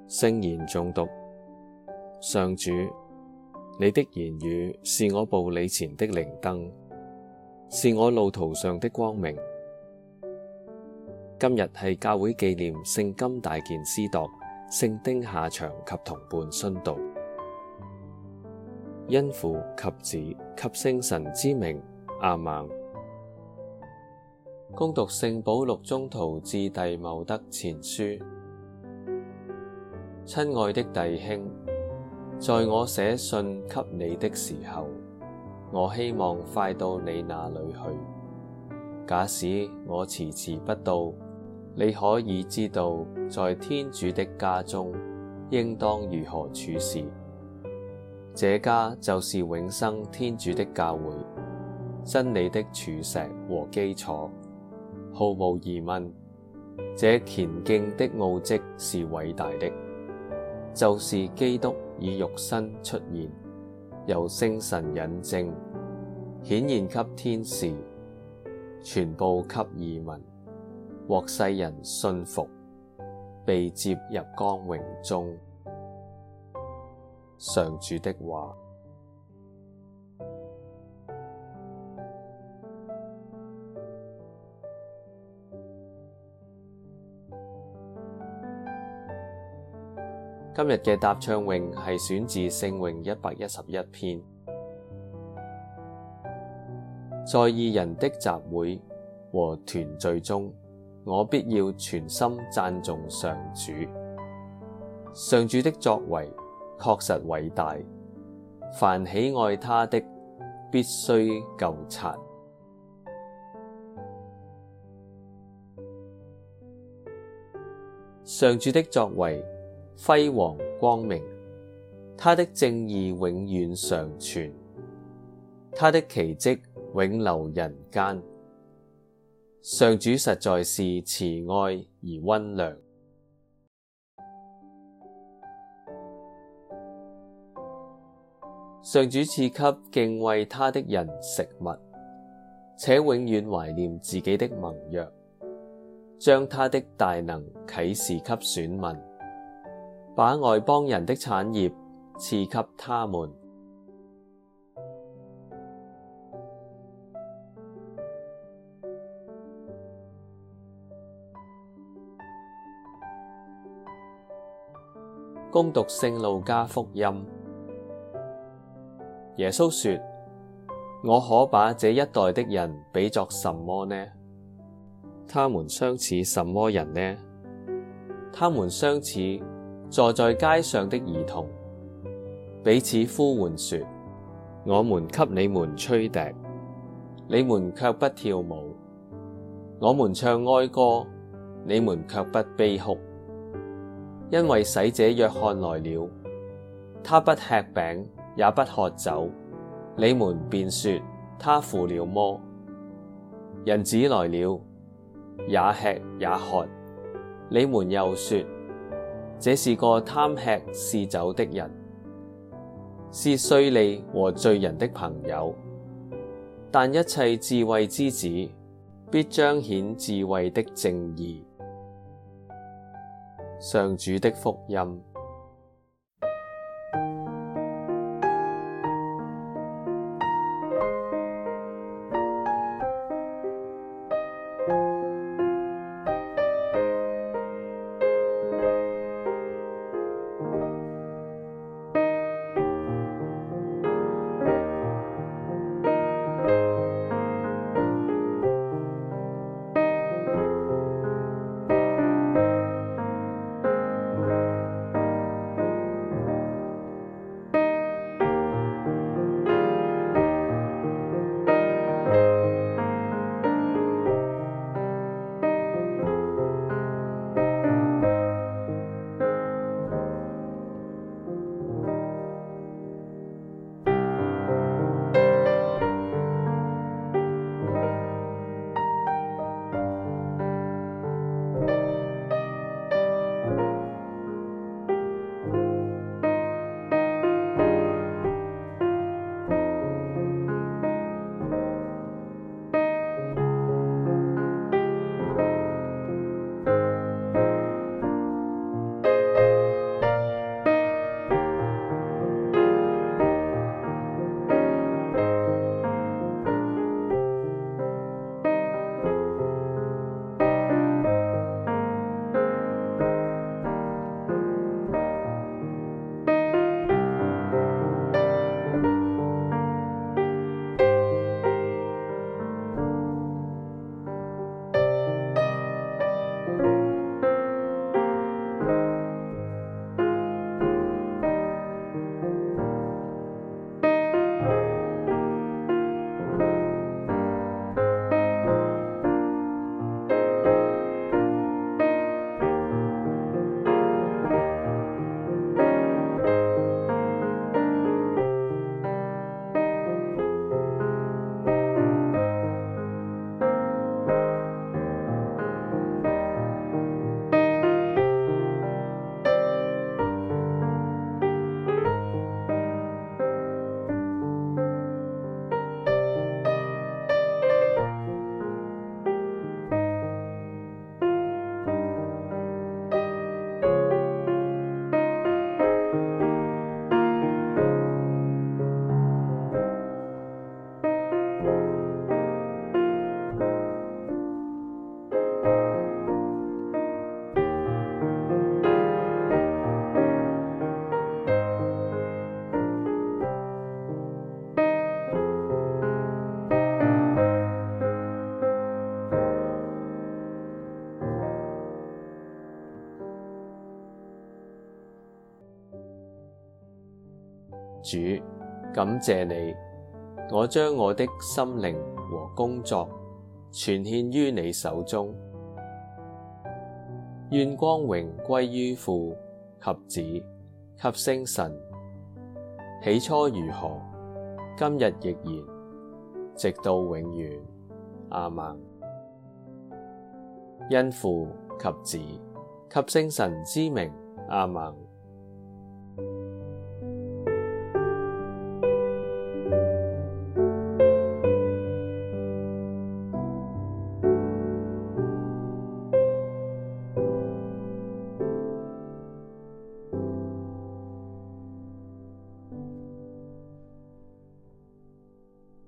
聖言誦讀。上主，你的言語是我步履前的靈燈，是我路途上的光明。今日係教會紀念聖金大建司鐸、聖丁夏祥及同伴殉道。因父及子及聖神之名，阿們。恭讀聖保祿宗徒致弟茂德前書。親愛的弟兄，在我寫信給你的時候，我希望快到你那裏去。假使我遲遲不到，你可以知道在天主的家中應當如何處事。這家就是永生天主的教會，真理的柱石和基礎。毫無疑問，這虔敬的奧蹟是偉大的，就是基督以肉身出現，由聖神引證，顯現給天使，傳報給異民，獲世人信服，被接入光榮中。上主的話。今日嘅答唱詠係選自聖詠111篇。在義人的集會和團聚中，我必要全心讚頌上主。上主的作為確實偉大，凡喜愛他的，必須究察。上主的作為輝煌光明，他的正義永遠常存，他的奇蹟永留人間。上主實在是慈愛而溫良。上主賜給敬畏他的人食物，且永遠懷念自己的盟約，將他的大能啟示給選民，把外邦人的產業賜給他們。恭讀聖路加福音。耶穌說：我可把這一代的人比作什麼呢？他們相似什麼人呢？他們相似坐在街上的兒童，彼此呼喚說：我們給你們吹笛，你們卻不跳舞；我們唱哀歌，你們卻不悲哭。因為洗者若翰來了，他不吃餅，也不喝酒，你們便說他附了魔。人子來了，也吃也喝，你們又說這是個貪吃嗜酒的人，是稅吏和罪人的朋友。但一切智慧之子必彰顯智慧的正義。上主的福音。 主，感謝你，我將我的心靈和工作全獻於你手中。願光榮歸於父及子及聖神，起初如何，今日亦然，直到永遠。阿們。因父及子及聖神之名。阿們。